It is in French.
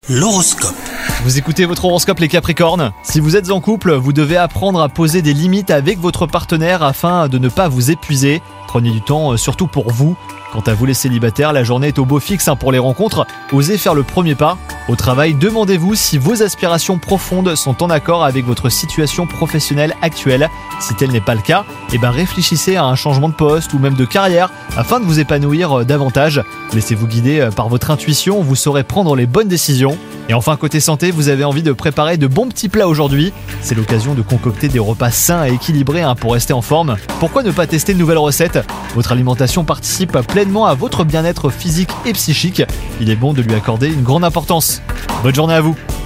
L'horoscope. Vous écoutez votre horoscope les Capricornes. Si vous êtes en couple, vous devez apprendre à poser des limites avec votre partenaire afin de ne pas vous épuiser. Prenez du temps surtout pour vous. Quant à vous les célibataires, la journée est au beau fixe pour les rencontres. Osez faire le premier pas. Au travail, demandez-vous si vos aspirations profondes sont en accord avec votre situation professionnelle actuelle. Si tel n'est pas le cas, réfléchissez à un changement de poste ou même de carrière afin de vous épanouir davantage. Laissez-vous guider par votre intuition, vous saurez prendre les bonnes décisions. Et enfin, côté santé, vous avez envie de préparer de bons petits plats aujourd'hui. C'est l'occasion de concocter des repas sains et équilibrés pour rester en forme. Pourquoi ne pas tester de nouvelles recettes ? Votre alimentation participe pleinement à votre bien-être physique et psychique. Il est bon de lui accorder une grande importance. Bonne journée à vous.